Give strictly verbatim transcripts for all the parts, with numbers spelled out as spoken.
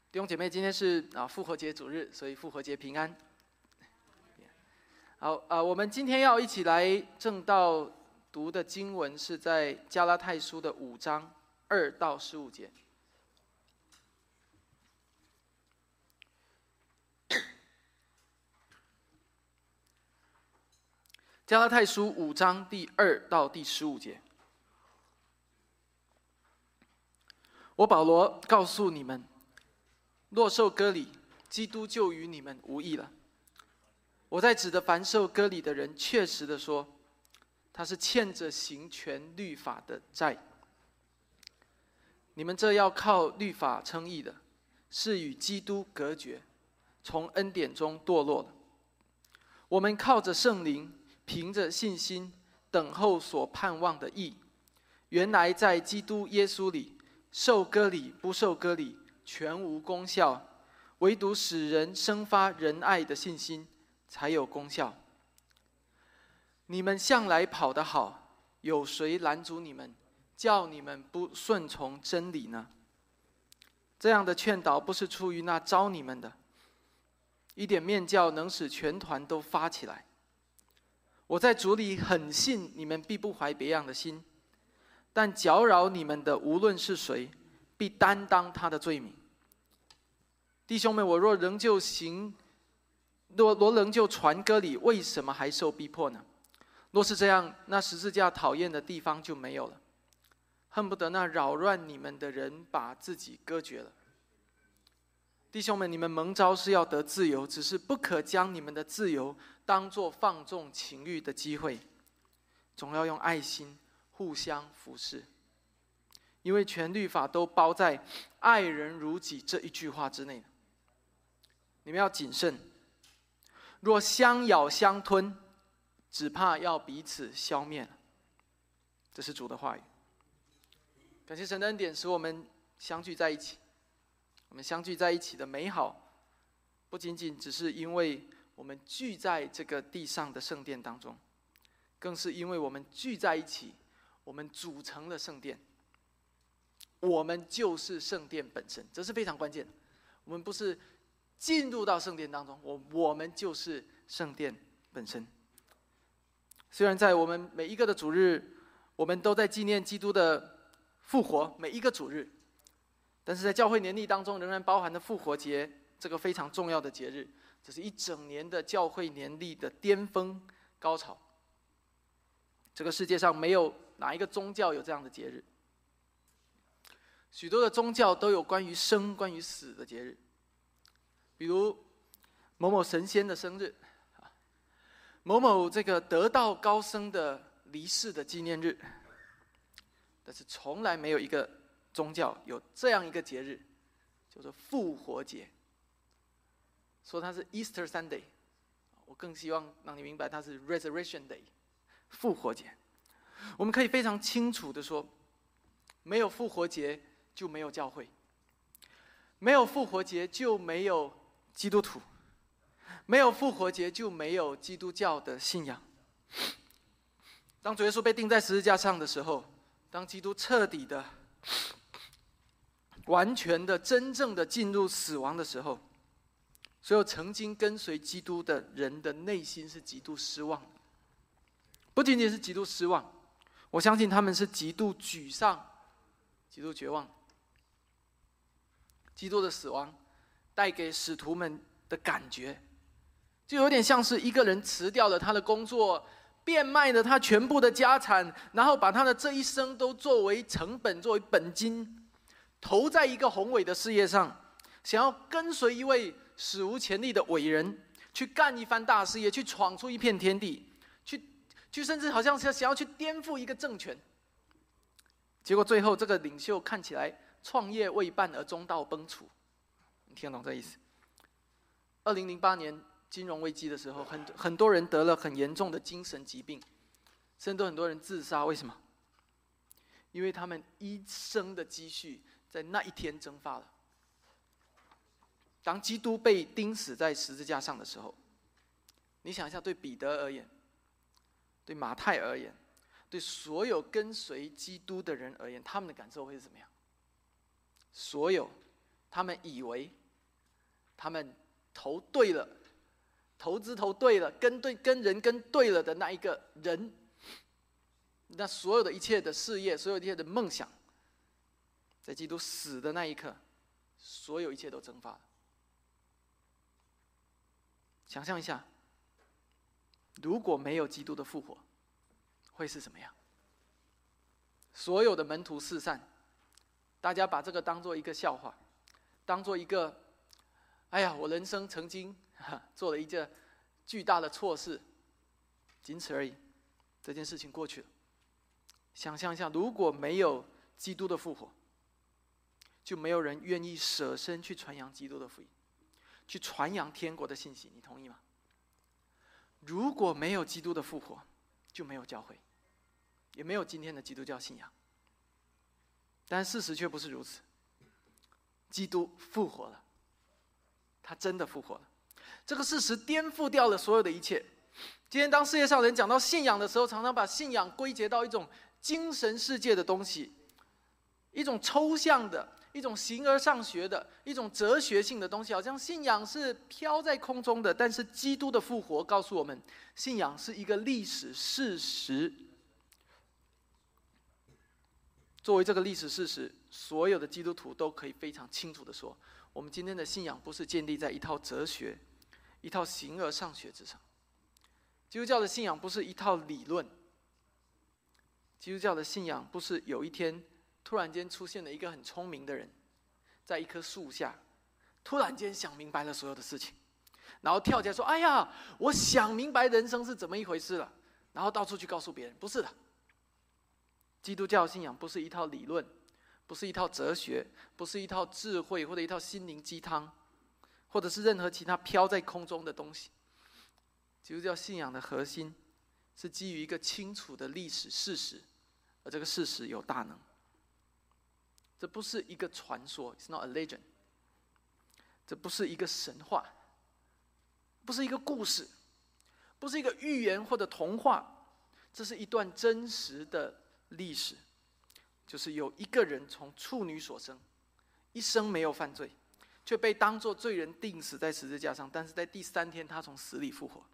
弟兄姐妹，今天是啊复活节主日，所以复活节平安。好啊，我们今天要一起来正道读的经文是在加拉太书的五章二到十五节。加拉太书五章第二到第十五节。我保罗告诉你们，若受割礼，基督就与你们无益了。我在指的凡受割礼的人，确实的说，他是欠着行全律法的债。你们这要靠律法称义的，是与基督隔绝，从恩典中堕落了。我们靠着圣灵，凭着信心等候所盼望的义。原来在基督耶稣里，受割礼不受割礼全无功效，唯独使人生发仁爱的信心才有功效。你们向来跑得好，有谁拦阻你们，叫你们不顺从真理呢？这样的劝导不是出于那招你们的，一点面教能使全团都发起来。我在主里很信你们必不怀别样的心，但搅扰你们的无论是谁，必担当他的罪名。弟兄们，我若仍旧行，若若仍旧传割礼，为什么还受逼迫呢？若是这样，那十字架讨厌的地方就没有了，恨不得那扰乱你们的人把自己割绝了。弟兄们，你们蒙召是要得自由，只是不可将你们的自由当作放纵情欲的机会，总要用爱心互相服侍。因为全律法都包在爱人如己这一句话之内。你们要谨慎，若相咬相吞，只怕要彼此消灭了。这是主的话语。感谢神的恩典，使我们相聚在一起。我们相聚在一起的美好，不仅仅只是因为我们聚在这个地上的圣殿当中，更是因为我们聚在一起，我们组成了圣殿。我们就是圣殿本身，这是非常关键的。我们不是进入到圣殿当中，我我们就是圣殿本身。虽然在我们每一个的主日，我们都在纪念基督的复活，每一个主日，但是在教会年历当中，仍然包含了复活节这个非常重要的节日。这是一整年的教会年历的巅峰高潮。这个世界上没有哪一个宗教有这样的节日。许多的宗教都有关于生、关于死的节日，比如某某神仙的生日，某某这个得道高僧的离世的纪念日。但是从来没有一个宗教有这样一个节日，叫做复活节。说它是 Easter Sunday， 我更希望让你明白它是 Resurrection Day， 复活节。我们可以非常清楚的说，没有复活节就没有教会，没有复活节就没有基督徒，没有复活节就没有基督教的信仰。当主耶稣被钉在十字架上的时候，当基督彻底的、完全的、真正的进入死亡的时候，所有曾经跟随基督的人的内心是极度失望的。不仅仅是极度失望，我相信他们是极度沮丧、极度绝望。基督的死亡带给使徒们的感觉，就有点像是一个人辞掉了他的工作，变卖了他全部的家产，然后把他的这一生都作为成本、作为本金，投在一个宏伟的事业上，想要跟随一位史无前例的伟人，去干一番大事业，去闯出一片天地，去去甚至好像是想要去颠覆一个政权。结果最后这个领袖看起来创业未半而中道崩殂。你听得懂这意思？二零零八年金融危机的时候，很很多人得了很严重的精神疾病，甚至很多人自杀。为什么？因为他们一生的积蓄在那一天蒸发了。当基督被钉死在十字架上的时候，你想一下，对彼得而言，对马太而言，对所有跟随基督的人而言，他们的感受会是怎么样？所有他们以为他们投对了，投资投对了，跟对跟人跟对了的那一个人，那所有的一切的事业，所有一切的梦想，在基督死的那一刻，所有一切都蒸发了。想象一下，如果没有基督的复活，会是什么样？所有的门徒四散，大家把这个当做一个笑话，当做一个，哎呀，我人生曾经做了一件巨大的错事，仅此而已。这件事情过去了。想象一下，如果没有基督的复活，就没有人愿意舍身去传扬基督的福音，去传扬天国的信息。你同意吗？如果没有基督的复活，就没有教会，也没有今天的基督教信仰。但事实却不是如此，基督复活了，他真的复活了。这个事实颠覆掉了所有的一切。今天当世界上人讲到信仰的时候，常常把信仰归结到一种精神世界的东西，一种抽象的，一种形而上学的，一种哲学性的东西，好像信仰是飘在空中的。但是基督的复活告诉我们，信仰是一个历史事实。作为这个历史事实，所有的基督徒都可以非常清楚地说，我们今天的信仰不是建立在一套哲学、一套形而上学之上。基督教的信仰不是一套理论，基督教的信仰不是有一天突然间出现了一个很聪明的人，在一棵树下突然间想明白了所有的事情，然后跳起来说：“哎呀，我想明白人生是怎么一回事了。”然后到处去告诉别人，不是的。基督教信仰不是一套理论，不是一套哲学，不是一套智慧或者一套心灵鸡汤，或者是任何其他飘在空中的东西。基督教信仰的核心是基于一个清楚的历史事实，而这个事实有大能。这不是一个传说 ，It's not a legend。这不是一个神话，不是一个故事，不是一个寓言或者童话，这是一段真实的历史。就是有一个人从处女所生，一生没有犯罪，却被当作罪人钉死在十字架上，但是在第三天他从死里复活。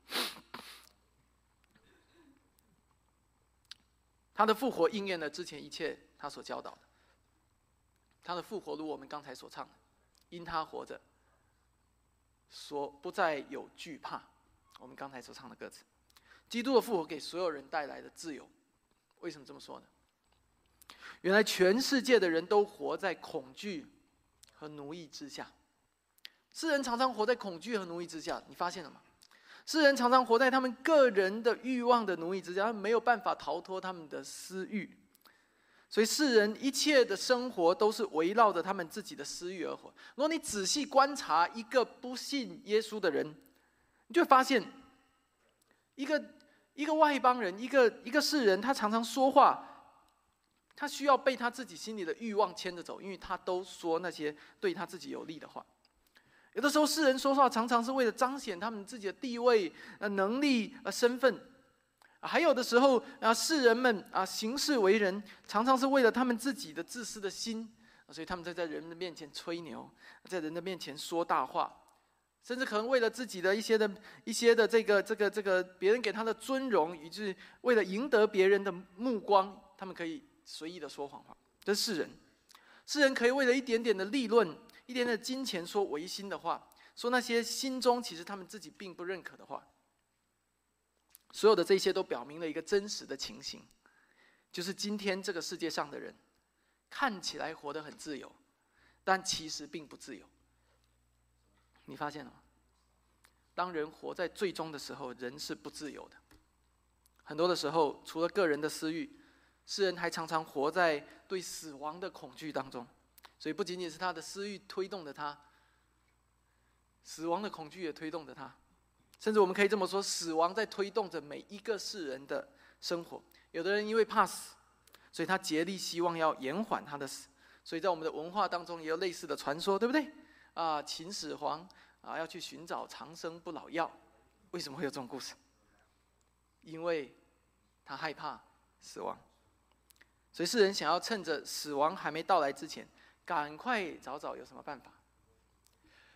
他的复活应验了之前一切他所教导的。他的复活如我们刚才所唱的，因他活着，所不再有惧怕。我们刚才所唱的歌词，基督的复活给所有人带来的自由。为什么这么说呢？原来全世界的人都活在恐惧和奴役之下。世人常常活在恐惧和奴役之下，你发现了吗？世人常常活在他们个人的欲望的奴役之下，他们没有办法逃脱他们的私欲。所以世人一切的生活都是围绕着他们自己的私欲而活。如果你仔细观察一个不信耶稣的人，你就会发现，一个一个外邦人，一个一个世人，他常常说话，他需要被他自己心里的欲望牵着走，因为他都说那些对他自己有利的话。有的时候，世人说话常常是为了彰显他们自己的地位、呃能力、呃身份；还有的时候啊，世人们啊行事为人，常常是为了他们自己的自私的心，所以他们在在人的面前吹牛，在人的面前说大话，甚至可能为了自己的一些的一些的这个这个这个别人给他的尊荣，以致为了赢得别人的目光，他们可以随意的说谎话。这是世人，世人可以为了一点点的利润、一点点的金钱说违心的话，说那些心中其实他们自己并不认可的话。所有的这些都表明了一个真实的情形，就是今天这个世界上的人看起来活得很自由，但其实并不自由。你发现了吗？当人活在最终的时候，人是不自由的。很多的时候，除了个人的私欲，世人还常常活在对死亡的恐惧当中。所以不仅仅是他的私欲推动着他，死亡的恐惧也推动着他。甚至我们可以这么说，死亡在推动着每一个世人的生活。有的人因为怕死，所以他竭力希望要延缓他的死。所以在我们的文化当中也有类似的传说，对不对？啊，秦始皇啊要去寻找长生不老药，为什么会有这种故事？因为他害怕死亡，所以世人想要趁着死亡还没到来之前，赶快找找有什么办法，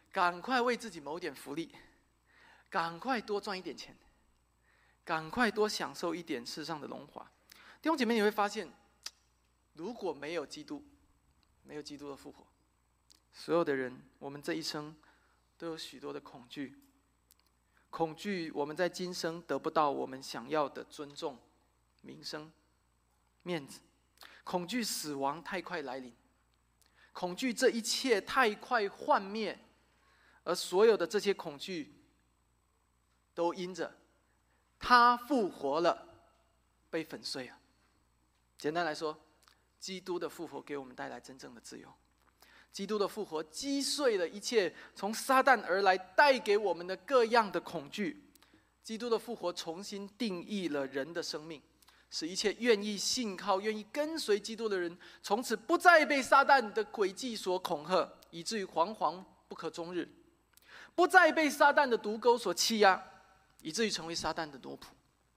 赶快为自己谋点福利，赶快多赚一点钱，赶快多享受一点世上的荣华。弟兄姐妹，你会发现，如果没有基督，没有基督的复活，所有的人，我们这一生都有许多的恐惧，恐惧我们在今生得不到我们想要的尊重、名声、面子，恐惧死亡太快来临，恐惧这一切太快幻灭，而所有的这些恐惧，都因着他复活了，被粉碎了。简单来说，基督的复活给我们带来真正的自由。基督的复活击碎了一切从撒旦而来带给我们的各样的恐惧。基督的复活重新定义了人的生命，使一切愿意信靠、愿意跟随基督的人，从此不再被撒旦的诡计所恐吓，以至于惶惶不可终日；不再被撒旦的毒钩所欺压，以至于成为撒旦的奴仆。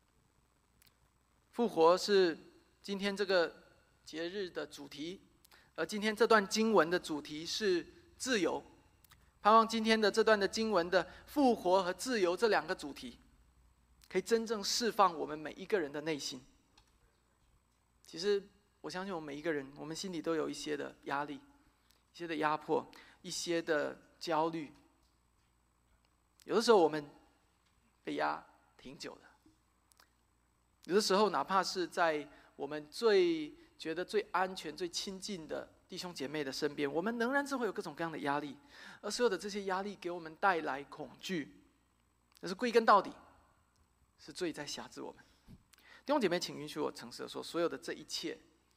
复活是今天这个节日的主题，而今天这段经文的主题是自由。盼望今天的这段的经文的复活和自由这两个主题，可以真正释放我们每一个人的内心。其实我相信我们每一个人，我们心里都有一些的压力，一些的压迫，一些的焦虑。有的时候我们被压挺久的，有的时候哪怕是在我们最觉得最安全、最亲近的弟兄姐妹的身边，我们仍然是会有各种各样的压力，而所有的这些压力给我们带来恐惧，但是归根到底，是罪在辖制我们。弟兄姐妹，请允许我诚实的说，所有的这一切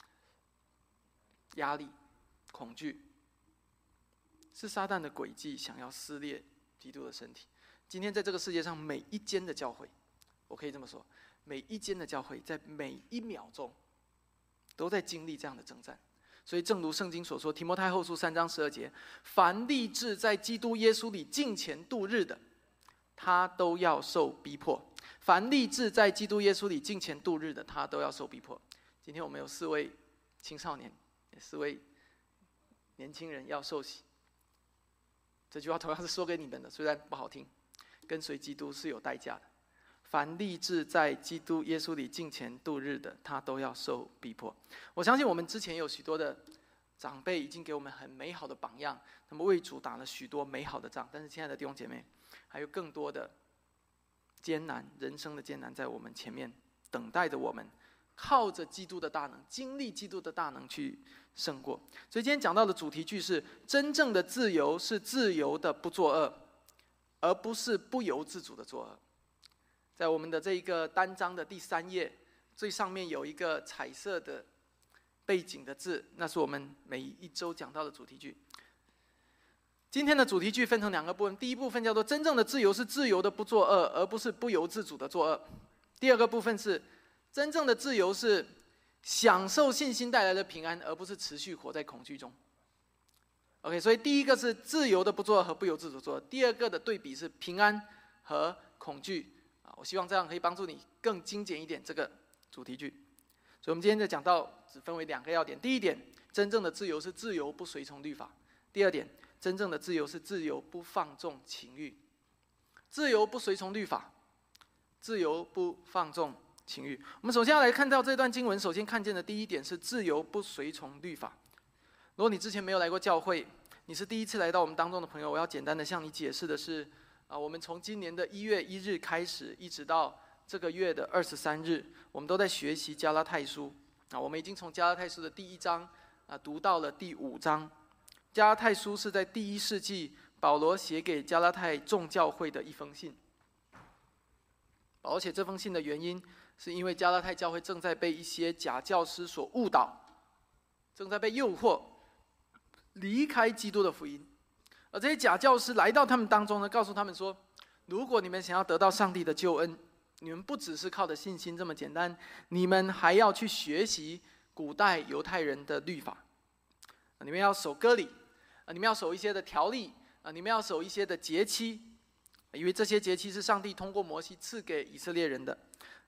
压力、恐惧，是撒旦的诡计，想要撕裂基督的身体。今天在这个世界上每一间的教会，我可以这么说，每一间的教会在每一秒钟都在经历这样的征战。所以正如圣经所说，提摩太后书三章十二节，凡立志在基督耶稣里敬虔度日的，他都要受逼迫。凡立志在基督耶稣里敬虔度日的，他都要受逼迫。今天我们有四位青少年，四位年轻人要受洗。这句话同样是说给你们的，虽然不好听，跟随基督是有代价的。凡立志在基督耶稣里敬虔度日的，他都要受逼迫。我相信我们之前有许多的长辈已经给我们很美好的榜样，他们为主打了许多美好的仗。但是亲爱的弟兄姐妹，还有更多的艰难，人生的艰难在我们前面等待着我们，靠着基督的大能，经历基督的大能去胜过。所以今天讲到的主题句是：真正的自由是自由的不作恶，而不是不由自主的作恶。在我们的这一个单章的第三页，最上面有一个彩色的背景的字，那是我们每一周讲到的主题句。今天的主题句分成两个部分，第一部分叫做真正的自由是自由的不作恶，而不是不由自主的作恶。第二个部分是真正的自由是享受信心带来的平安，而不是持续活在恐惧中。OK， 所以第一个是自由的不作恶和不由自主作恶，第二个的对比是平安和恐惧。我希望这样可以帮助你更精简一点这个主题句。所以我们今天的讲到只分为两个要点：第一点，真正的自由是自由不随从律法；第二点，真正的自由是自由不放纵情欲。自由不随从律法，自由不放纵情欲。我们首先要来看到这段经文，首先看见的第一点是自由不随从律法。如果你之前没有来过教会，你是第一次来到我们当中的朋友，我要简单的向你解释的是，啊，我们从今年的一月一日开始，一直到这个月的二十三日，我们都在学习加拉太书。啊，我们已经从加拉太书的第一章啊读到了第五章。加拉太书是在第一世纪保罗写给加拉太众教会的一封信。保罗写这封信的原因，是因为加拉太教会正在被一些假教师所误导，正在被诱惑离开基督的福音。而这些假教师来到他们当中呢，告诉他们说，如果你们想要得到上帝的救恩，你们不只是靠着信心这么简单，你们还要去学习古代犹太人的律法。你们要守割礼，你们要守一些的条例，你们要守一些的节期，因为这些节期是上帝通过摩西赐给以色列人的。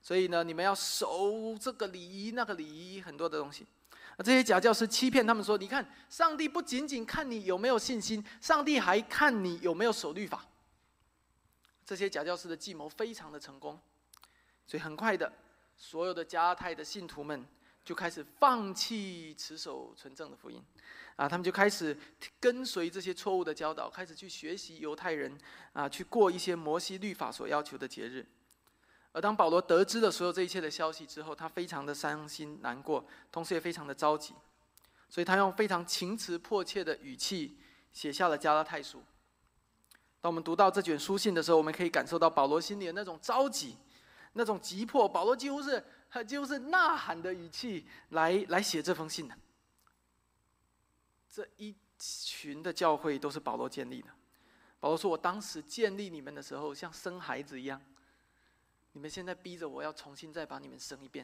所以呢，你们要守这个礼仪那个礼仪，很多的东西。而这些假教师欺骗他们说：“你看，上帝不仅仅看你有没有信心，上帝还看你有没有守律法。”这些假教师的计谋非常的成功，所以很快的，所有的加拉太的信徒们就开始放弃持守纯正的福音，啊，他们就开始跟随这些错误的教导，开始去学习犹太人啊，去过一些摩西律法所要求的节日。而当保罗得知了所有这一切的消息之后，他非常的伤心难过，同时也非常的着急，所以他用非常情辞迫切的语气写下了加拉太书。当我们读到这卷书信的时候，我们可以感受到保罗心里的那种着急，那种急迫。保罗几乎是几乎是呐喊的语气来来写这封信的。这一群的教会都是保罗建立的。保罗说：“我当时建立你们的时候，像生孩子一样。你们现在逼着我要重新再把你们生一遍。”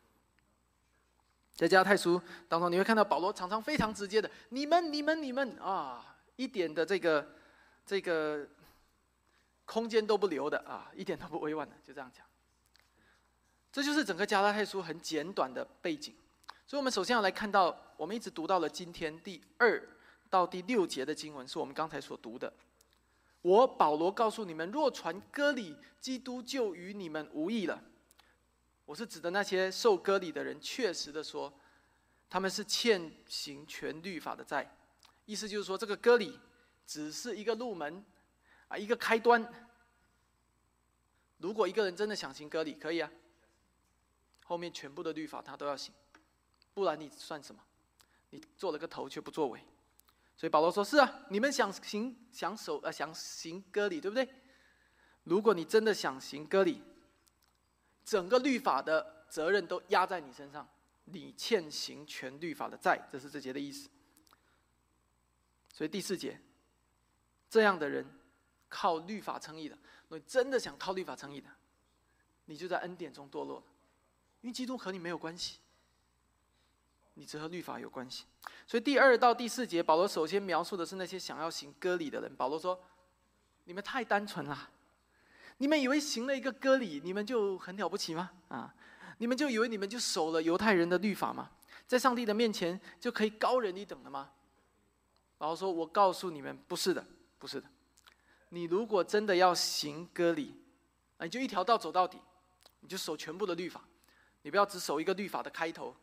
在加拉太书当中，你会看到保罗常常非常直接的“你们、你们、你们”啊，一点的这个这个空间都不留的啊，一点都不委婉的，就这样讲。这就是整个加拉太书很简短的背景。所以，我们首先要来看到，我们一直读到了今天第二到第六节的经文，是我们刚才所读的。我保罗告诉你们，若传割礼，基督就与你们无益了。我是指的那些受割礼的人，确实的说，他们是欠行全律法的债。意思就是说，这个割礼只是一个入门啊，一个开端。如果一个人真的想行割礼，可以啊，后面全部的律法他都要行，不然你算什么？你做了个头却不作为。所以保罗说：“是啊，你们想行想守呃想行割礼，对不对？如果你真的想行割礼，整个律法的责任都压在你身上，你欠行全律法的债，这是这节的意思。所以第四节，这样的人靠律法称义的，如果你真的想靠律法称义的，你就在恩典中堕落了，因为基督和你没有关系。”你只和律法有关系，所以第二到第四节，保罗首先描述的是那些想要行割礼的人。保罗说：“你们太单纯了，你们以为行了一个割礼，你们就很了不起吗？啊，你们就以为你们就守了犹太人的律法吗？在上帝的面前就可以高人一等了吗？”保罗说：“我告诉你们，不是的，不是的。你如果真的要行割礼，你就一条道走到底，你就守全部的律法，你不要只守一个律法的开头。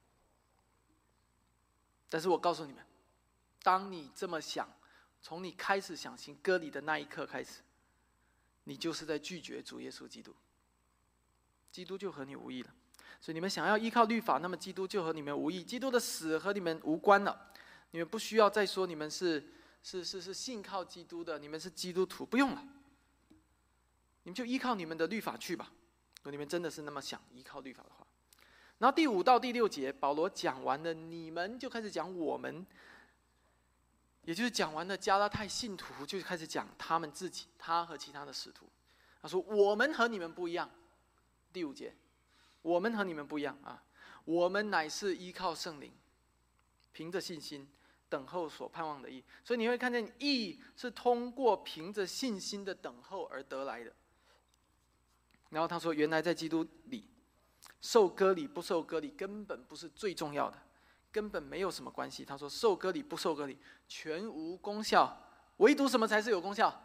但是我告诉你们，当你这么想，从你开始想行割礼的那一刻开始，你就是在拒绝主耶稣基督，基督就和你无益了。所以你们想要依靠律法，那么基督就和你们无益，基督的死和你们无关了。你们不需要再说你们是是是是信靠基督的，你们是基督徒，不用了。你们就依靠你们的律法去吧，如果你们真的是那么想依靠律法的话。然后第五到第六节，保罗讲完了你们，就开始讲我们，也就是讲完了加拉太信徒，就开始讲他们自己，他和其他的使徒。他说：“我们和你们不一样。”第五节，我们和你们不一样啊！我们乃是依靠圣灵，凭着信心等候所盼望的义。所以你会看见，义是通过凭着信心的等候而得来的。然后他说：“原来在基督里。”受割礼不受割礼根本不是最重要的，根本没有什么关系。他说：“受割礼不受割礼全无功效，唯独什么才是有功效？”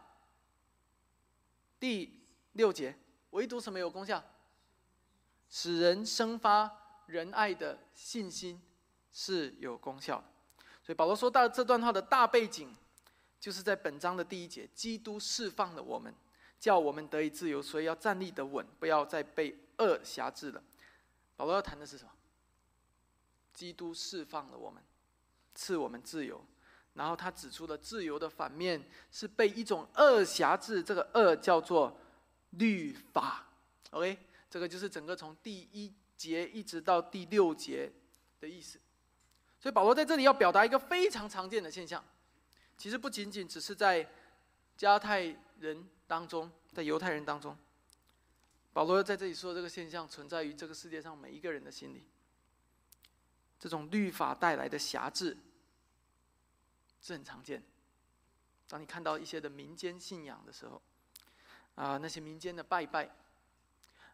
第六节，唯独什么有功效？使人生发仁爱的信心是有功效的。所以保罗说到这段话的大背景，就是在本章的第一节，基督释放了我们，叫我们得以自由，所以要站立得稳，不要再被恶辖制了。保罗要谈的是什么？基督释放了我们，赐我们自由。然后他指出了自由的反面是被一种恶辖制，这个恶叫做律法。OK， 这个就是整个从第一节一直到第六节的意思。所以保罗在这里要表达一个非常常见的现象，其实不仅仅只是在加太人当中，在犹太人当中。保罗在这里说，这个现象存在于这个世界上每一个人的心里。这种律法带来的辖制是很常见的。当你看到一些的民间信仰的时候，啊，那些民间的拜拜，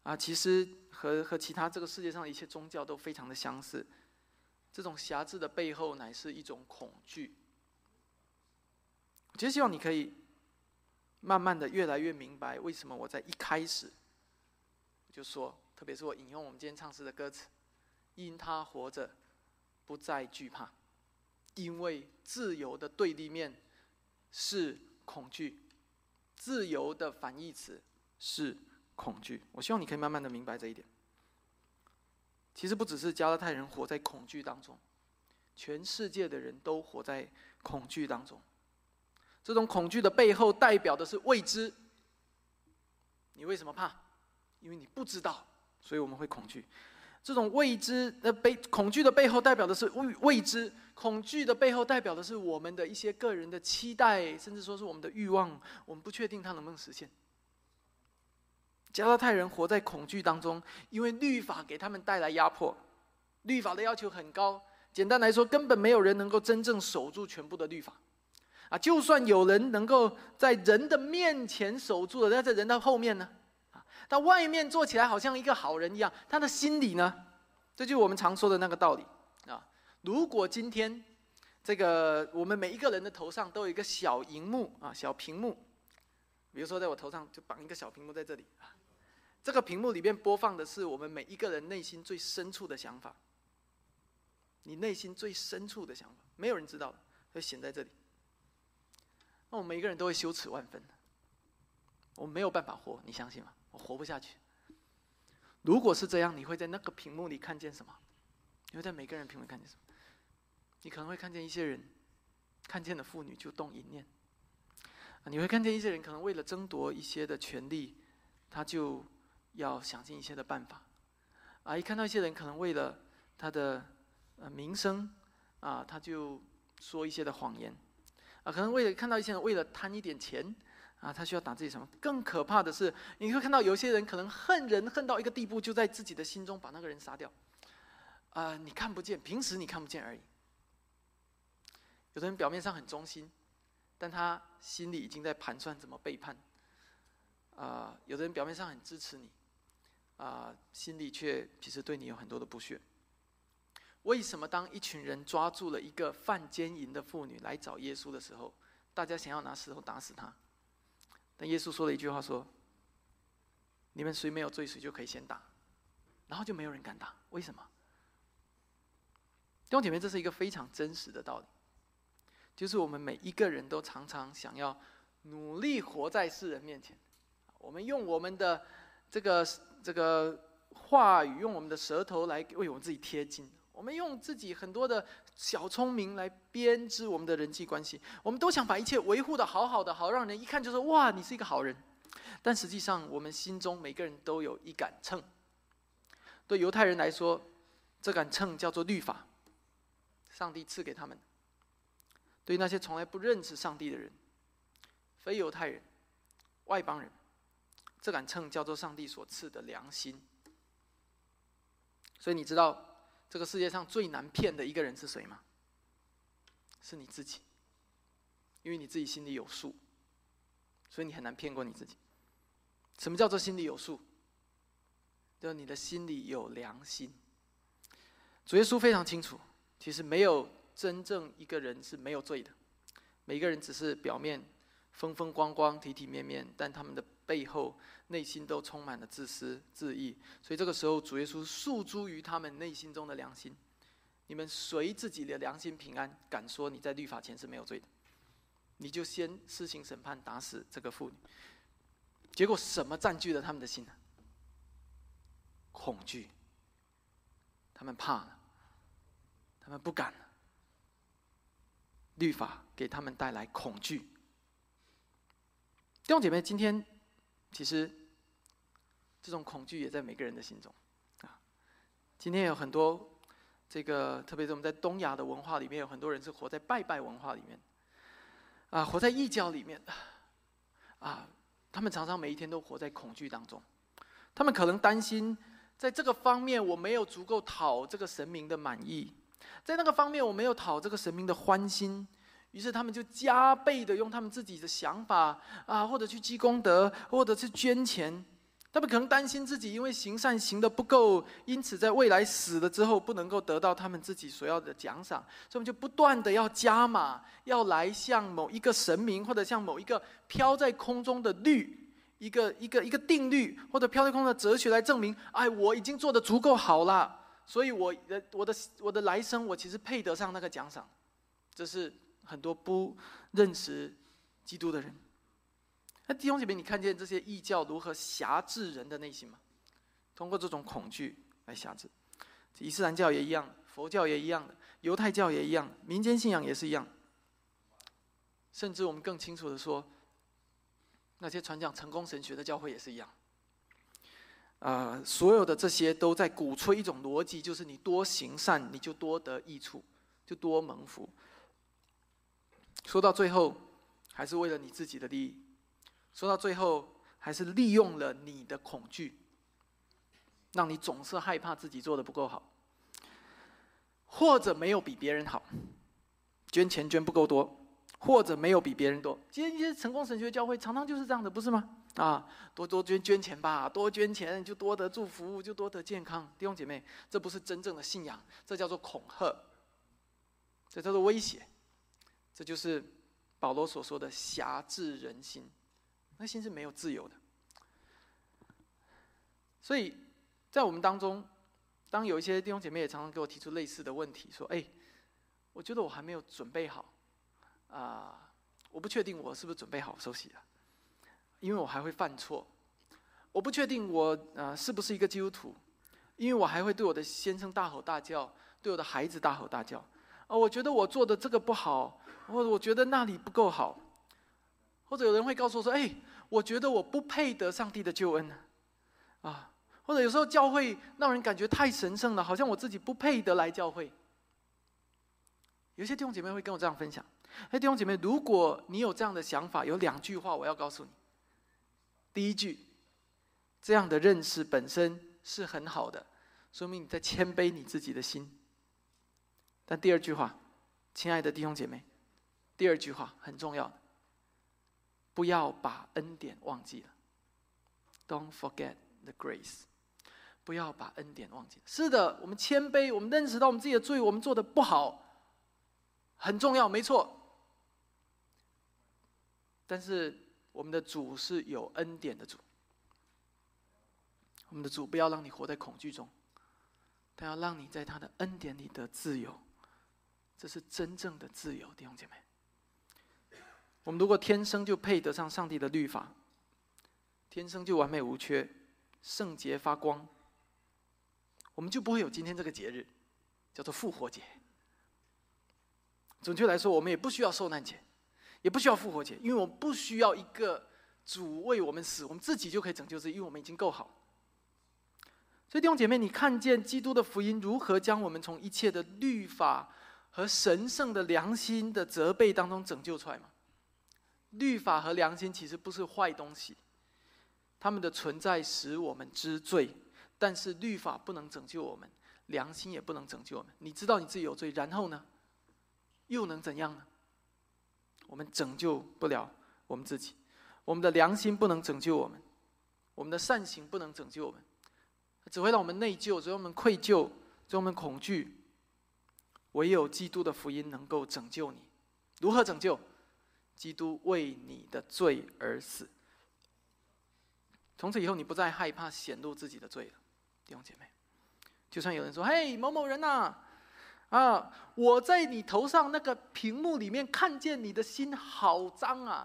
啊，其实和和其他这个世界上的一切宗教都非常的相似。这种辖制的背后，乃是一种恐惧。我其实希望你可以慢慢的越来越明白，为什么我在一开始就说，特别是我引用我们今天唱诗的歌词：“因他活着，不再惧怕。”因为自由的对立面是恐惧，自由的反义词是恐惧。我希望你可以慢慢的明白这一点。其实不只是加拉太人活在恐惧当中，全世界的人都活在恐惧当中。这种恐惧的背后代表的是未知。你为什么怕？因为你不知道，所以我们会恐惧。这种未知的背恐惧的背后代表的是未知，恐惧的背后代表的是我们的一些个人的期待，甚至说是我们的欲望，我们不确定它能不能实现。加拉太人活在恐惧当中，因为律法给他们带来压迫，律法的要求很高。简单来说，根本没有人能够真正守住全部的律法。啊，就算有人能够在人的面前守住了，但在人的后面呢？啊，他外面做起来好像一个好人一样，他的心里呢？这就是我们常说的那个道理啊。如果今天这个我们每一个人的头上都有一个小荧幕啊，小屏幕，比如说在我头上就绑一个小屏幕在这里啊，这个屏幕里面播放的是我们每一个人内心最深处的想法，你内心最深处的想法，没有人知道，会显在这里。那我们每一个人都会羞耻万分，我没有办法活，你相信吗？我活不下去。如果是这样，你会在那个屏幕里看见什么？你会在每个人屏幕里看见什么？你可能会看见一些人，看见了妇女就动淫念。你会看见一些人可能为了争夺一些的权利，他就要想尽一切的办法。啊，一看到一些人可能为了他的呃名声啊，他就说一些的谎言。啊，可能为了看到一些人为了贪一点钱，啊，他需要打自己什么？更可怕的是，你会看到有些人可能恨人恨到一个地步，就在自己的心中把那个人杀掉。啊、呃，你看不见，平时你看不见而已。有的人表面上很忠心，但他心里已经在盘算怎么背叛。啊、呃，有的人表面上很支持你，啊、呃，心里却其实对你有很多的不屑。为什么当一群人抓住了一个犯奸淫的妇女来找耶稣的时候，大家想要拿石头打死她？但耶稣说了一句话说：“你们谁没有罪，谁就可以先打。”然后就没有人敢打。为什么？弟兄姐妹，这是一个非常真实的道理，就是我们每一个人都常常想要努力活在世人面前，我们用我们的这个这个话语，用我们的舌头来为我们自己贴金。我们用自己很多的小聪明来编织我们的人际关系，我们都想把一切维护的好好的，好让人一看就说哇，你是一个好人。但实际上，我们心中每个人都有一杆秤。对犹太人来说，这杆秤叫做律法，上帝赐给他们。对于那些从来不认识上帝的人，非犹太人、外邦人，这杆秤叫做上帝所赐的良心。所以你知道这个世界上最难骗的一个人是谁吗？是你自己，因为你自己心里有数，所以你很难骗过你自己。什么叫做心里有数？就是你的心里有良心。主耶稣非常清楚，其实没有真正一个人是没有罪的，每一个人只是表面风风光光、体体面面，但他们的背后内心都充满了自私自义。所以这个时候，主耶稣诉诸于他们内心中的良心：你们随自己的良心平安，敢说你在律法前是没有罪的，你就先施行审判，打死这个妇女。结果什么占据了他们的心呢？恐惧。他们怕了，他们不敢了。律法给他们带来恐惧。弟兄姐妹，今天其实这种恐惧也在每个人的心中啊。今天有很多这个，特别是我们在东亚的文化里面，有很多人是活在拜拜文化里面啊，活在异教里面啊。他们常常每一天都活在恐惧当中，他们可能担心，在这个方面我没有足够讨这个神明的满意，在那个方面我没有讨这个神明的欢心，于是他们就加倍的用他们自己的想法啊，或者去积功德，或者是捐钱他们可能担心自己因为行善行得不够，因此在未来死了之后不能够得到他们自己所要的奖赏，所以我们就不断的要加码，要来向某一个神明，或者向某一个飘在空中的律，一个一个一个定律，或者飘在空中的哲学来证明，哎，我已经做得足够好了，所以我的我的我的来生我其实配得上那个奖赏。这是很多不认识基督的人。那弟兄姐妹，你看见这些异教如何辖制人的内心吗？通过这种恐惧来辖制。伊斯兰教也一样，佛教也一样的，犹太教也一样，民间信仰也是一样。甚至我们更清楚的说，那些传讲成功神学的教会也是一样。呃，所有的这些都在鼓吹一种逻辑，就是你多行善，你就多得益处，就多蒙福。说到最后，还是为了你自己的利益。说到最后，还是利用了你的恐惧，让你总是害怕自己做的不够好，或者没有比别人好，捐钱捐不够多，或者没有比别人多。今天一些成功神学教会常常就是这样的，不是吗？啊，多多捐捐钱吧，多捐钱就多得祝福，就多得健康。弟兄姐妹，这不是真正的信仰，这叫做恐吓，这叫做威胁，这就是保罗所说的辖制人心。那心是没有自由的。所以在我们当中，当有一些弟兄姐妹也常常给我提出类似的问题，说：“哎，我觉得我还没有准备好，啊、呃，我不确定我是不是准备好受洗了，因为我还会犯错；我不确定我呃是不是一个基督徒，因为我还会对我的先生大吼大叫，对我的孩子大吼大叫。啊，我觉得我做的这个不好，或者我觉得那里不够好。”或者有人会告诉我说：“哎，我觉得我不配得上帝的救恩啊！”或者有时候教会让人感觉太神圣了，好像我自己不配得来教会。有些弟兄姐妹会跟我这样分享。哎，弟兄姐妹，如果你有这样的想法，有两句话我要告诉你。第一句，这样的认识本身是很好的，说明你在谦卑你自己的心。但第二句话，亲爱的弟兄姐妹，第二句话很重要的。不要把恩典忘记了 ，Don't forget the grace。不要把恩典忘记了。是的，我们谦卑，我们认识到我们自己的罪，我们做的不好，很重要，没错。但是我们的主是有恩典的主，我们的主不要让你活在恐惧中，他要让你在他的恩典里得自由，这是真正的自由，弟兄姐妹。我们如果天生就配得上上帝的律法，天生就完美无缺、圣洁发光，我们就不会有今天这个节日，叫做复活节。准确来说，我们也不需要受难节，也不需要复活节，因为我们不需要一个主为我们死，我们自己就可以拯救自己，因为我们已经够好。所以弟兄姐妹，你看见基督的福音如何将我们从一切的律法和神圣的良心的责备当中拯救出来吗？律法和良心其实不是坏东西，他们的存在使我们知罪，但是律法不能拯救我们，良心也不能拯救我们。你知道你自己有罪，然后呢，又能怎样呢？我们拯救不了我们自己，我们的良心不能拯救我们，我们的善行不能拯救我们，只会让我们内疚，只会让我们愧疚，只会让我们恐惧。唯有基督的福音能够拯救你。如何拯救？基督为你的罪而死，从此以后你不再害怕显露自己的罪了，弟兄姐妹。就算有人说：“嘿，某某人呐、啊，啊，我在你头上那个屏幕里面看见你的心好脏啊。”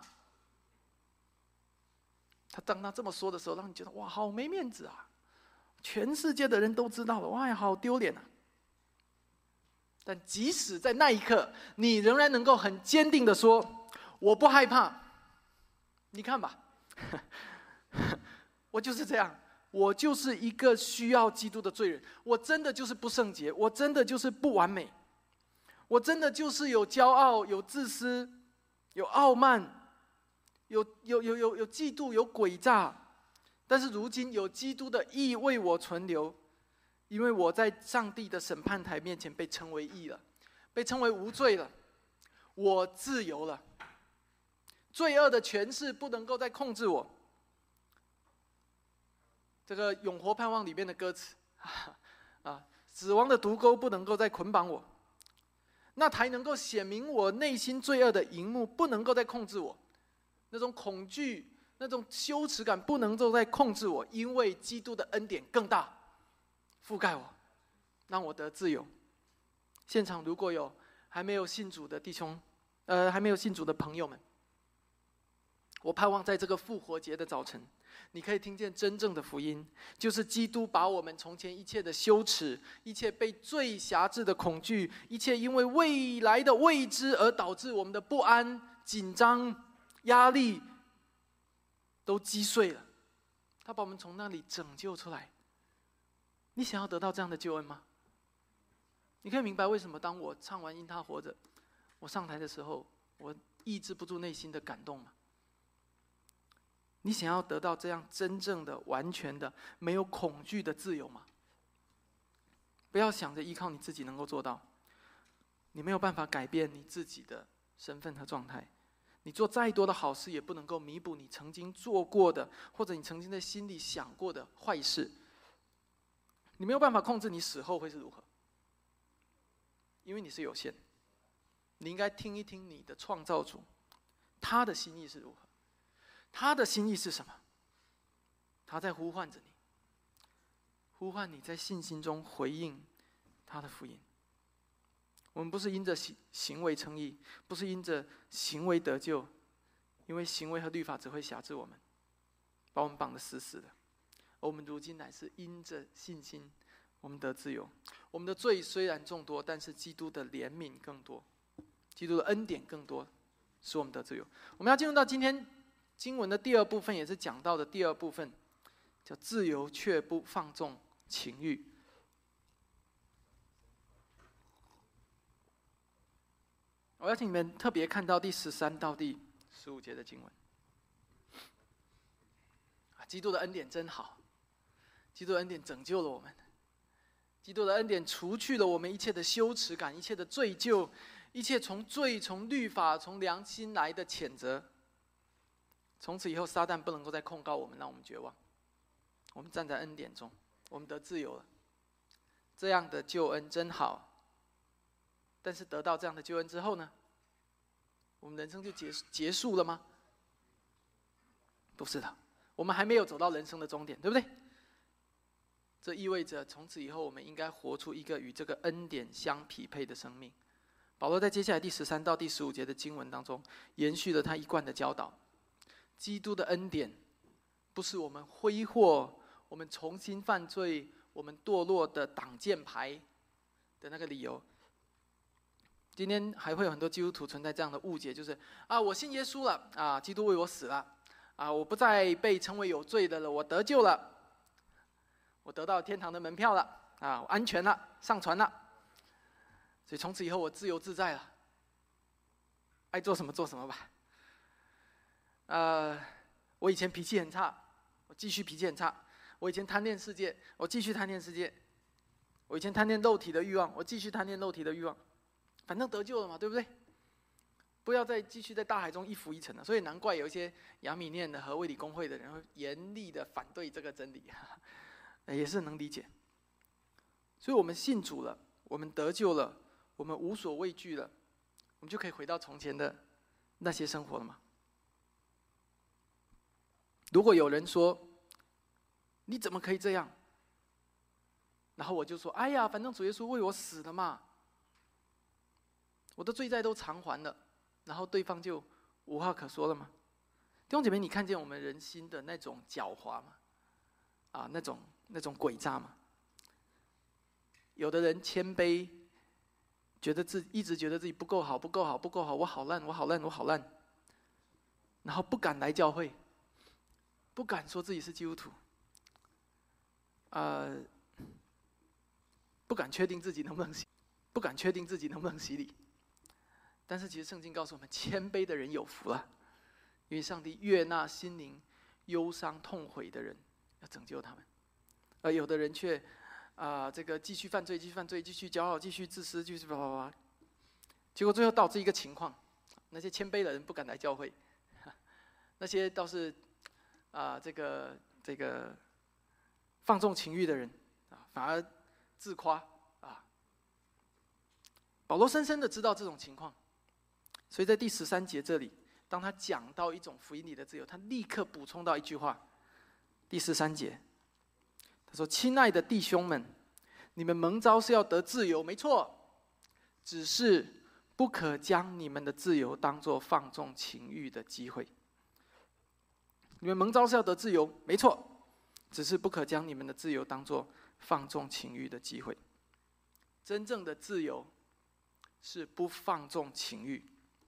他当他这么说的时候，让你觉得哇，好没面子啊！全世界的人都知道了，哇，好丢脸啊！但即使在那一刻，你仍然能够很坚定的说：“我不害怕，你看吧，我就是这样，我就是一个需要基督的罪人，我真的就是不圣洁，我真的就是不完美，我真的就是有骄傲、有自私、有傲慢、有有有有有嫉妒、有诡诈，但是如今有基督的义为我存留，因为我在上帝的审判台面前被称为义了，被称为无罪了，我自由了。”罪恶的权势不能够再控制我， 这个永活盼望里面的歌词啊，死亡的毒钩不能够再捆绑我，那才能够显明我内心罪恶的荧幕不能够再控制我，那种恐惧、那种羞耻感不能够再控制我，因为基督的恩典更大，覆盖我，让我得自由。现场如果有还没有信主的弟兄，呃，还没有信主的朋友们，我盼望在这个复活节的早晨，你可以听见真正的福音，就是基督把我们从前一切的羞耻、一切被罪辖制的恐惧、一切因为未来的未知而导致我们的不安、紧张、压力，都击碎了。他把我们从那里拯救出来。你想要得到这样的救恩吗？你可以明白为什么当我唱完《因他活着》，我上台的时候，我抑制不住内心的感动吗？你想要得到这样真正的、完全的、没有恐惧的自由吗？不要想着依靠你自己能够做到，你没有办法改变你自己的身份和状态。你做再多的好事，也不能够弥补你曾经做过的，或者你曾经在心里想过的坏事。你没有办法控制你死后会是如何，因为你是有限。你应该听一听你的创造主，他的心意是如何。他的心意是什么？他在呼唤着你，呼唤你在信心中回应他的福音。我们不是因着行为称义，不是因着行为得救，因为行为和律法只会辖制我们，把我们绑得死死的。而我们如今乃是因着信心，我们得自由。我们的罪虽然众多，但是基督的怜悯更多，基督的恩典更多，使我们得自由。我们要进入到今天经文的第二部分，也是讲到的第二部分，叫自由却不放纵情欲。我要请你们特别看到第十三到第十五节的经文。基督的恩典真好，基督的恩典拯救了我们，基督的恩典除去了我们一切的羞耻感、一切的罪疚、一切从罪、从律法、从良心来的谴责。从此以后，撒旦不能够再控告我们，让我们绝望。我们站在恩典中，我们得自由了。这样的救恩真好。但是得到这样的救恩之后呢，我们人生就结结束了吗？不是的，我们还没有走到人生的终点，对不对？这意味着从此以后，我们应该活出一个与这个恩典相匹配的生命。保罗在接下来第十三到第十五节的经文当中，延续了他一贯的教导。基督的恩典不是我们挥霍、我们重新犯罪、我们堕落的挡箭牌的那个理由。今天还会有很多基督徒存在这样的误解，就是啊，我信耶稣了啊，基督为我死了啊，我不再被称为有罪的了，我得救了，我得到天堂的门票了啊，我安全了，上船了，所以从此以后我自由自在了，爱做什么做什么吧。呃，我以前脾气很差，我继续脾气很差；我以前贪恋世界，我继续贪恋世界；我以前贪恋肉体的欲望，我继续贪恋肉体的欲望。反正得救了嘛，对不对？不要再继续在大海中一浮一沉了。所以难怪有一些亚米念的和卫理公会的人会严厉的反对这个真理，也是能理解。所以我们信主了，我们得救了，我们无所畏惧了，我们就可以回到从前的那些生活了吗？如果有人说你怎么可以这样，然后我就说哎呀，反正主耶稣为我死了嘛，我的罪债都偿还了，然后对方就无话可说了吗？弟兄姐妹，你看见我们人心的那种狡猾吗？啊，那种那种诡诈吗？有的人谦卑，觉得自一直觉得自己不够好，不够好，不够好，我好烂，我好烂，我好烂，然后不敢来教会，不敢说自己是基督徒，呃，不敢确定自己能不能洗，不敢确定自己能不能洗礼。但是其实圣经告诉我们，谦卑的人有福了，因为上帝悦纳心灵忧伤痛悔的人，要拯救他们。而有的人却啊、呃，这个继续犯罪，继续犯罪，继续骄傲，继续自私，继续叭叭叭，结果最后导致一个情况：那些谦卑的人不敢来教会，那些倒是啊、呃，这个这个放纵情欲的人啊，反而自夸啊。保罗深深的知道这种情况，所以在第十三节这里，当他讲到一种福音里的自由，他立刻补充到一句话。第十三节，他说：“亲爱的弟兄们，你们蒙召是要得自由，没错，只是不可将你们的自由当作放纵情欲的机会。你们蒙召是要得自由，没错，只是不可将你们的自由当作放纵情欲的机会。真正的自由是不放纵情欲，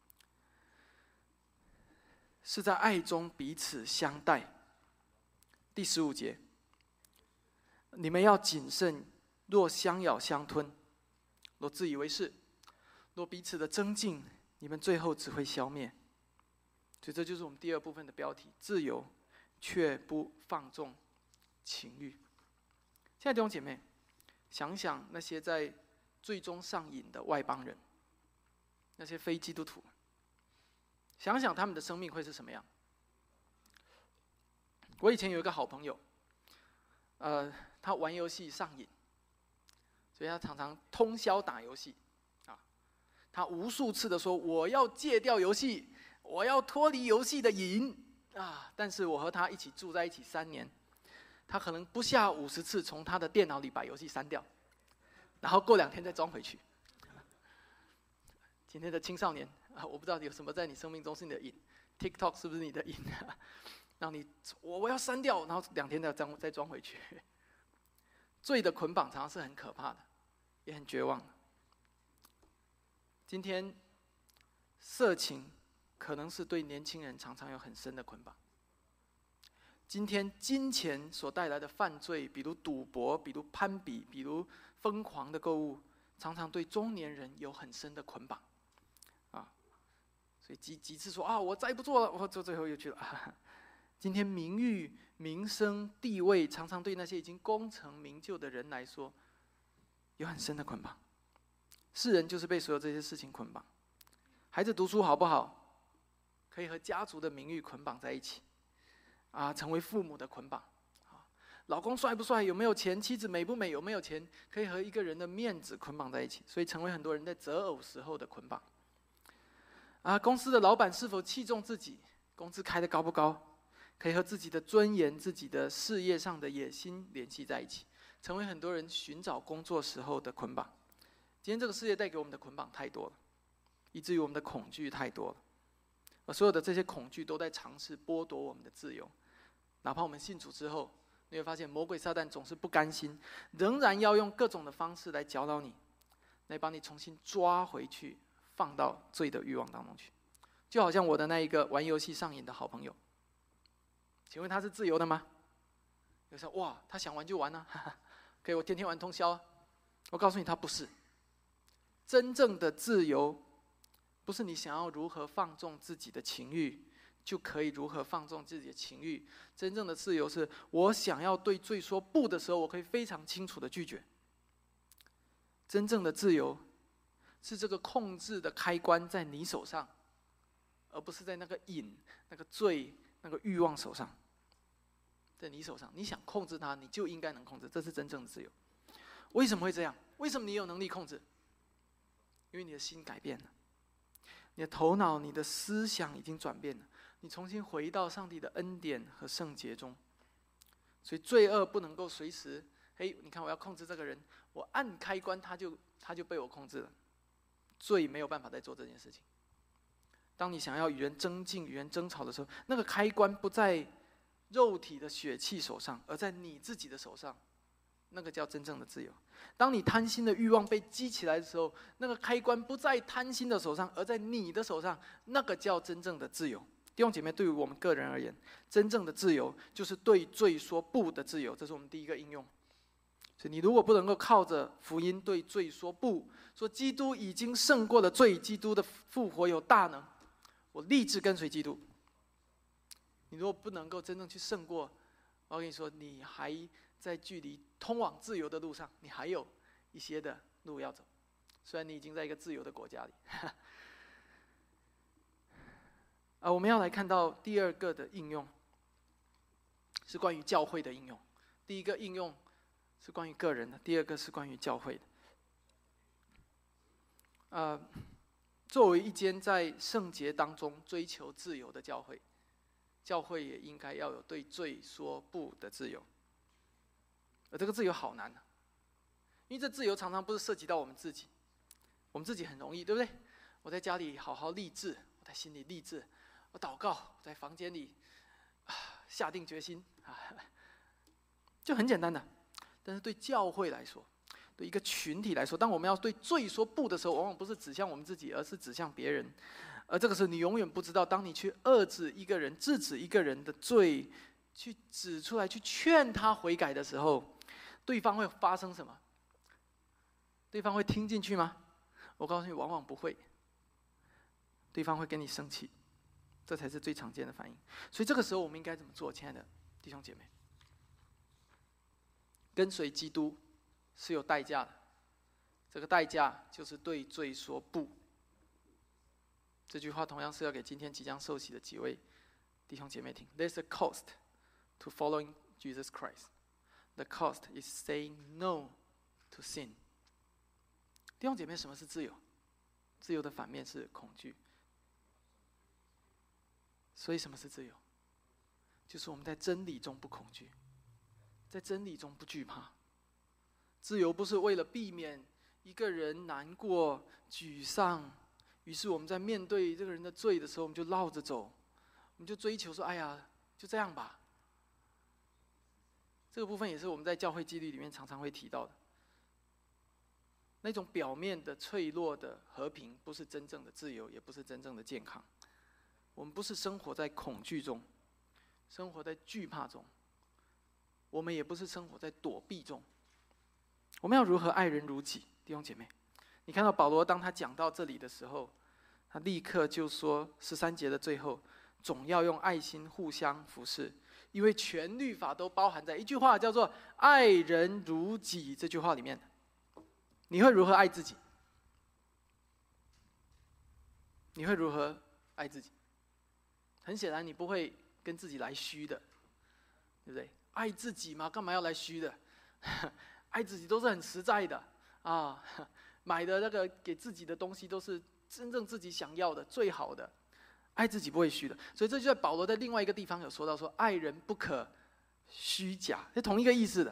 是在爱中彼此相待。”第十五节，你们要谨慎，若相咬相吞，若自以为是，若彼此的争竞，你们最后只会消灭。所以这就是我们第二部分的标题：自由却不放纵情欲。现在弟兄姐妹，想想那些在最终上瘾的外邦人，那些非基督徒，想想他们的生命会是什么样？我以前有一个好朋友，呃，他玩游戏上瘾，所以他常常通宵打游戏，啊，他无数次的说我要戒掉游戏，我要脱离游戏的瘾啊！但是我和他一起住在一起三年，他可能不下五十次从他的电脑里把游戏删掉，然后过两天再装回去。今天的青少年啊，我不知道有什么在你生命中是你的瘾 ，TikTok 是不是你的瘾？让你我我要删掉，然后两天再装再装回去。罪的捆绑常常是很可怕的，也很绝望的。今天色情可能是对年轻人常常有很深的捆绑。今天金钱所带来的犯罪，比如赌博，比如攀比，比如疯狂的购物，常常对中年人有很深的捆绑。啊，所以几几次说啊，我再不做了，我做最后又去了。啊，今天名誉、名声、地位，常常对那些已经功成名就的人来说，有很深的捆绑。世人就是被所有这些事情捆绑。孩子读书好不好，可以和家族的名誉捆绑在一起，啊，成为父母的捆绑。老公帅不帅，有没有钱，妻子美不美，有没有钱，可以和一个人的面子捆绑在一起，所以成为很多人在择偶时候的捆绑。啊，公司的老板是否器重自己，工资开得高不高，可以和自己的尊严、自己的事业上的野心联系在一起，成为很多人寻找工作时候的捆绑。今天这个世界带给我们的捆绑太多了，以至于我们的恐惧太多了，而所有的这些恐惧都在尝试剥夺我们的自由。哪怕我们信主之后，你会发现魔鬼撒旦总是不甘心，仍然要用各种的方式来搅扰你，来把你重新抓回去，放到罪的欲望当中去。就好像我的那一个玩游戏上瘾的好朋友，请问他是自由的吗？有时候哇，他想玩就玩啊，哈哈，可以我天天玩通宵啊。我告诉你，他不是。真正的自由，不是你想要如何放纵自己的情欲，就可以如何放纵自己的情欲。真正的自由是，我想要对罪说不的时候，我可以非常清楚的拒绝。真正的自由，是这个控制的开关在你手上，而不是在那个瘾、那个罪、那个欲望手上。在你手上，你想控制它，你就应该能控制，这是真正的自由。为什么会这样？为什么你有能力控制？因为你的心改变了，你的头脑、你的思想已经转变了，你重新回到上帝的恩典和圣洁中。所以罪恶不能够随时，嘿，你看我要控制这个人，我按开关，他就他就被我控制了。罪没有办法再做这件事情。当你想要与人争竞、与人争吵的时候，那个开关不在肉体的血气手上，而在你自己的手上，那个叫真正的自由。当你贪心的欲望被激起来的时候，那个开关不在贪心的手上，而在你的手上，那个叫真正的自由。弟兄姐妹，对于我们个人而言，真正的自由就是对罪说不的自由，这是我们第一个应用。所以你如果不能够靠着福音对罪说不，说基督已经胜过了罪，基督的复活有大能，我立志跟随基督。你如果不能够真正去胜过，我跟你说，你还在距离通往自由的路上，你还有一些的路要走。虽然你已经在一个自由的国家里。啊，我们要来看到第二个的应用，是关于教会的应用。 第一个应用是关于个人的，第二个是关于教会的。呃，作为一间在圣洁当中追求自由的教会，教会也应该要有对罪说不的自由。而这个自由好难啊，因为这自由常常不是涉及到我们自己，我们自己很容易，对不对？我在家里好好立志，我在心里立志，我祷告，我在房间里啊下定决心啊，就很简单的。但是对教会来说，对一个群体来说，当我们要对罪说不的时候，往往不是指向我们自己，而是指向别人。而这个时候，你永远不知道，当你去遏制一个人、制止一个人的罪，去指出来、去劝他悔改的时候，对方会发生什么？对方会听进去吗？我告诉你，往往不会。对方会跟你生气，这才是最常见的反应。所以这个时候，我们应该怎么做，亲爱的弟兄姐妹？跟随基督是有代价的，这个代价就是对罪说不。这句话同样是要给今天即将受洗的几位弟兄姐妹听。There's a cost to following Jesus Christ. The cost is saying no to sin. 弟兄姐妹，什么是自由？自由的反面是恐惧。所以什么是自由？就是我们在真理中不恐惧，在真理中不惧怕。自由不是为了避免一个人难过、沮丧，于是我们在面对这个人的罪的时候，我们就绕着走，我们就追求说：“哎呀，就这样吧。”这个部分也是我们在教会纪律里面常常会提到的。那种表面的脆弱的和平，不是真正的自由，也不是真正的健康。我们不是生活在恐惧中，生活在惧怕中，我们也不是生活在躲避中。我们要如何爱人如己，弟兄姐妹？你看到保罗当他讲到这里的时候，他立刻就说十三节的最后，总要用爱心互相服侍，因为全律法都包含在一句话，叫做“爱人如己”这句话里面。你会如何爱自己？你会如何爱自己？很显然，你不会跟自己来虚的，对不对？爱自己嘛，干嘛要来虚的？爱自己都是很实在的啊，买的那个给自己的东西都是真正自己想要的、最好的。爱自己不会虚的，所以这就在保罗在另外一个地方有说到说，爱人不可虚假，是同一个意思的。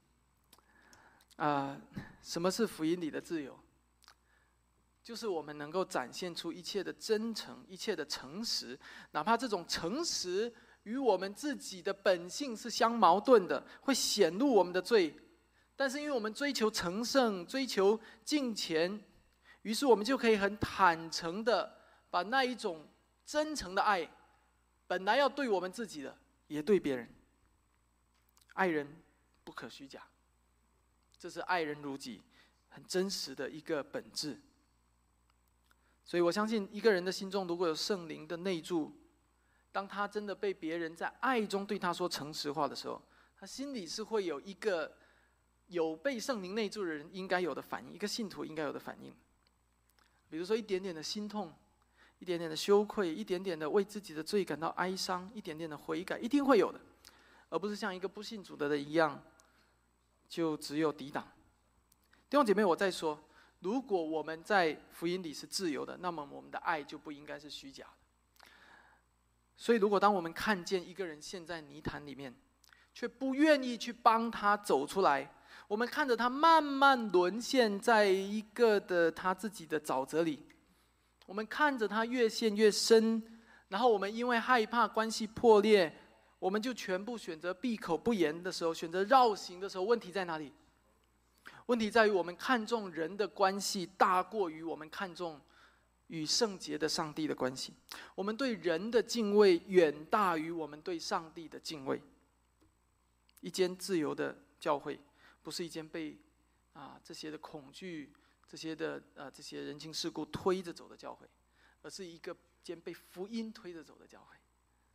啊、呃，什么是福音里的自由？就是我们能够展现出一切的真诚，一切的诚实，哪怕这种诚实与我们自己的本性是相矛盾的，会显露我们的罪。但是因为我们追求成圣，追求敬虔，于是我们就可以很坦诚的把那一种真诚的爱，本来要对我们自己的，也对别人。爱人不可虚假，这是爱人如己很真实的一个本质。所以我相信一个人的心中如果有圣灵的内住，当他真的被别人在爱中对他说诚实话的时候，他心里是会有一个有被圣灵内住的人应该有的反应，一个信徒应该有的反应。比如说一点点的心痛，一点点的羞愧，一点点的为自己的罪感到哀伤，一点点的悔改，一定会有的，而不是像一个不信主的人一样，就只有抵挡。弟兄姐妹，我再说，如果我们在福音里是自由的，那么我们的爱就不应该是虚假的。所以，如果当我们看见一个人陷在泥潭里面，却不愿意去帮他走出来，我们看着他慢慢沦陷在一个的他自己的沼泽里，我们看着他越陷越深，然后我们因为害怕关系破裂，我们就全部选择闭口不言的时候，选择绕行的时候，问题在哪里？问题在于我们看重人的关系大过于我们看重与圣洁的上帝的关系，我们对人的敬畏远大于我们对上帝的敬畏。一间自由的教会，不是一间被啊这些的恐惧、这些的啊这些人情世故推着走的教会，而是一个间被福音推着走的教会。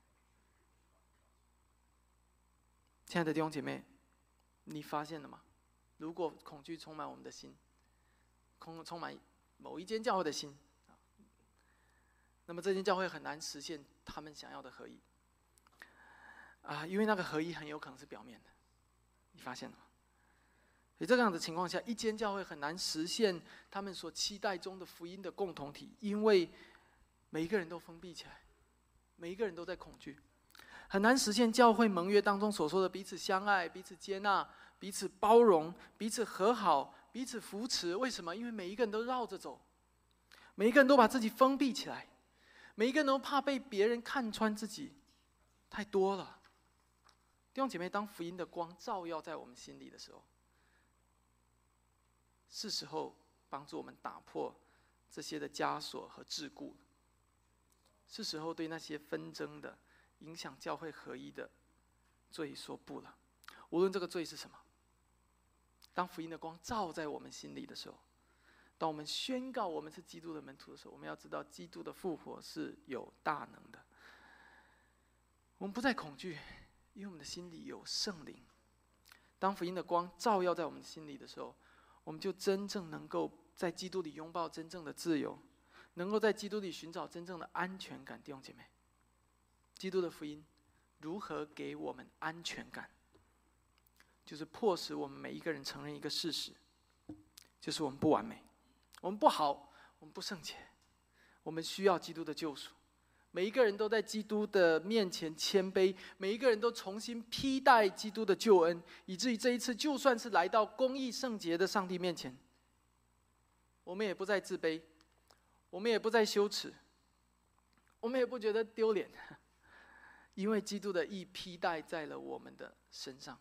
亲爱的弟兄姐妹，你发现了吗？如果恐惧充满我们的心，空充满某一间教会的心，那么这间教会很难实现他们想要的合一啊，因为那个合一很有可能是表面的， 你发现了吗？所以这样的情况下，一间教会很难实现他们所期待中的福音的共同体，因为每一个人都封闭起来，每一个人都在恐惧，很难实现教会盟约当中所说的彼此相爱、彼此接纳、彼此包容、彼此和好、彼此扶持。为什么？因为每一个人都绕着走，每一个人都把自己封闭起来，每一个人都怕被别人看穿自己，太多了。弟兄姐妹，当福音的光照耀在我们心里的时候，是时候帮助我们打破这些的枷锁和桎梏，是时候对那些纷争的、影响教会合一的罪说不了。无论这个罪是什么，当福音的光照在我们心里的时候，当我们宣告我们是基督的门徒的时候，我们要知道基督的复活是有大能的。我们不再恐惧，因为我们的心里有圣灵。当福音的光照耀在我们心里的时候，我们就真正能够在基督里拥抱真正的自由，能够在基督里寻找真正的安全感。弟兄姐妹，基督的福音如何给我们安全感？就是迫使我们每一个人承认一个事实，就是我们不完美，我们不好，我们不圣洁，我们需要基督的救赎。每一个人都在基督的面前谦卑，每一个人都重新披戴基督的救恩，以至于这一次就算是来到公义圣洁的上帝面前，我们也不再自卑，我们也不再羞耻，我们也不觉得丢脸，因为基督的义披戴在了我们的身上。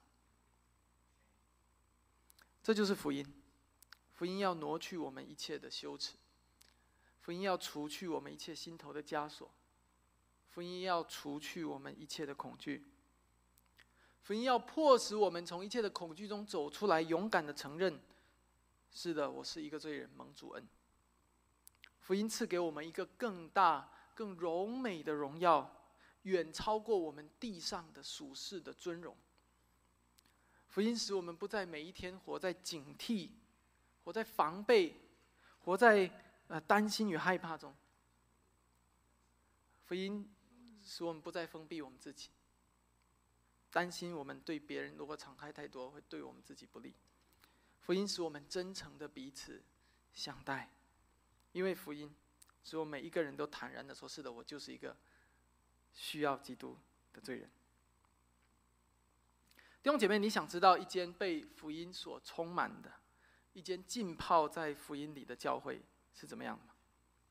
这就是福音。福音要挪去我们一切的羞耻，福音要除去我们一切心头的枷锁，福音要除去我们一切的恐惧，福音要迫使我们从一切的恐惧中走出来，勇敢的承认，是的，我是一个罪人，蒙主恩。福音赐给我们一个更大、更荣美的荣耀，远超过我们地上的属世的尊荣。福音使我们不再每一天活在警惕、活在防备、活在呃担心与害怕中。福音使我们不再封闭我们自己，担心我们对别人如果敞开太多，会对我们自己不利。福音使我们真诚的彼此相待，因为福音使我们每一个人都坦然的说：是的，我就是一个需要基督的罪人。弟兄姐妹，你想知道一间被福音所充满的、一间浸泡在福音里的教会是怎么样的吗？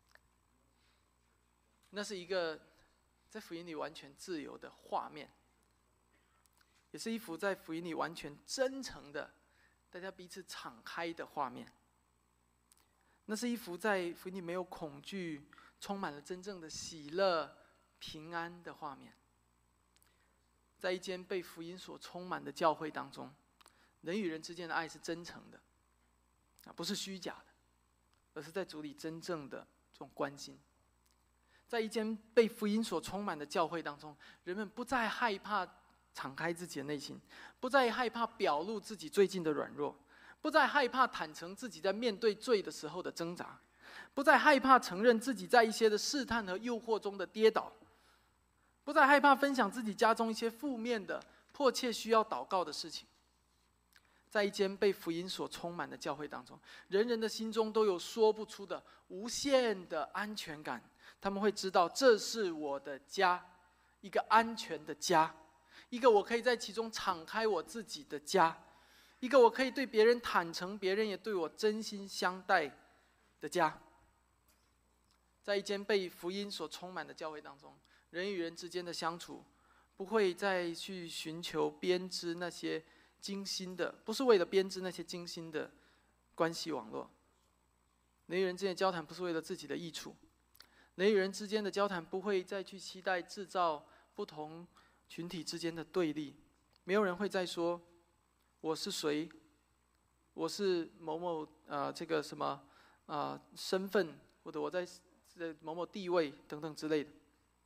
那是一个在福音里完全自由的画面，也是一幅在福音里完全真诚的、大家彼此敞开的画面。那是一幅在福音里没有恐惧、充满了真正的喜乐、平安的画面。在一间被福音所充满的教会当中，人与人之间的爱是真诚的，不是虚假的，而是在主里真正的这种关心。在一间被福音所充满的教会当中，人们不再害怕敞开自己的内心，不再害怕表露自己最近的软弱，不再害怕坦诚自己在面对罪的时候的挣扎，不再害怕承认自己在一些的试探和诱惑中的跌倒，不再害怕分享自己家中一些负面的、迫切需要祷告的事情。在一间被福音所充满的教会当中，人人的心中都有说不出的无限的安全感。他们会知道，这是我的家，一个安全的家，一个我可以在其中敞开我自己的家，一个我可以对别人坦诚，别人也对我真心相待的家。在一间被福音所充满的教会当中，人与人之间的相处不会再去寻求编织那些精心的，不是为了编织那些精心的关系网络。人与人之间的交谈不是为了自己的益处，人与人之间的交谈不会再去期待制造不同群体之间的对立。没有人会再说我是谁，我是某某呃这个什么呃身份，或者我在某某地位等等之类的。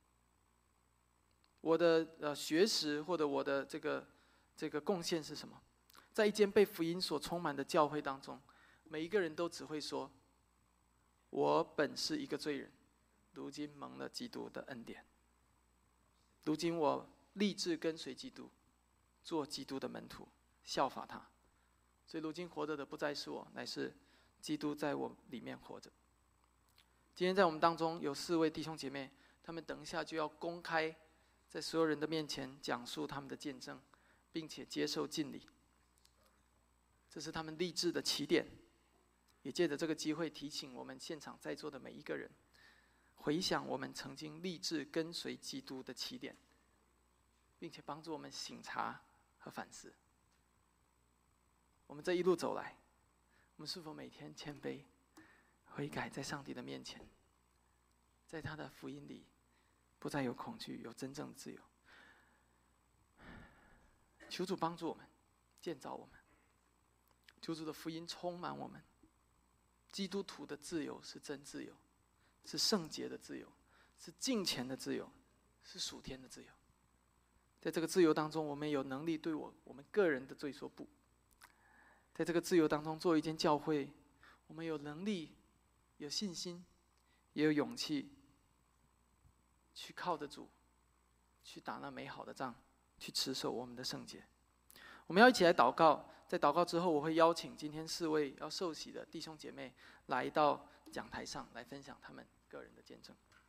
我的呃学识或者我的这个这个贡献是什么？在一间被福音所充满的教会当中，每一个人都只会说：我本是一个罪人，如今蒙了基督的恩典。如今我立志跟随基督，做基督的门徒。 效法他。所以如今活着的不再是我，乃是基督在我里面活着。今天在我们当中有四位弟兄姐妹，他们等一下就要公开在所有人的面前讲述他们的见证，并且接受敬礼。这是他们立志的起点，也借着这个机会提醒我们现场在座的每一个人，回想我们曾经立志跟随基督的起点，并且帮助我们省察和反思。我们这一路走来，我们是否每天谦卑、悔改，在上帝的面前，在他的福音里，不再有恐惧，有真正的自由？求主帮助我们，建造我们。求主的福音充满我们。基督徒的自由是真自由，是圣洁的自由，是敬虔的自由，是属天的自由。在这个自由当中，我们有能力对我我们个人的罪说不。在这个自由当中，做一间教会，我们有能力、有信心，也有勇气，去靠着主，去打那美好的仗，去持守我们的圣洁。我们要一起来祷告，在祷告之后，我会邀请今天四位要受洗的弟兄姐妹来到讲台上，来分享他们个人的见证。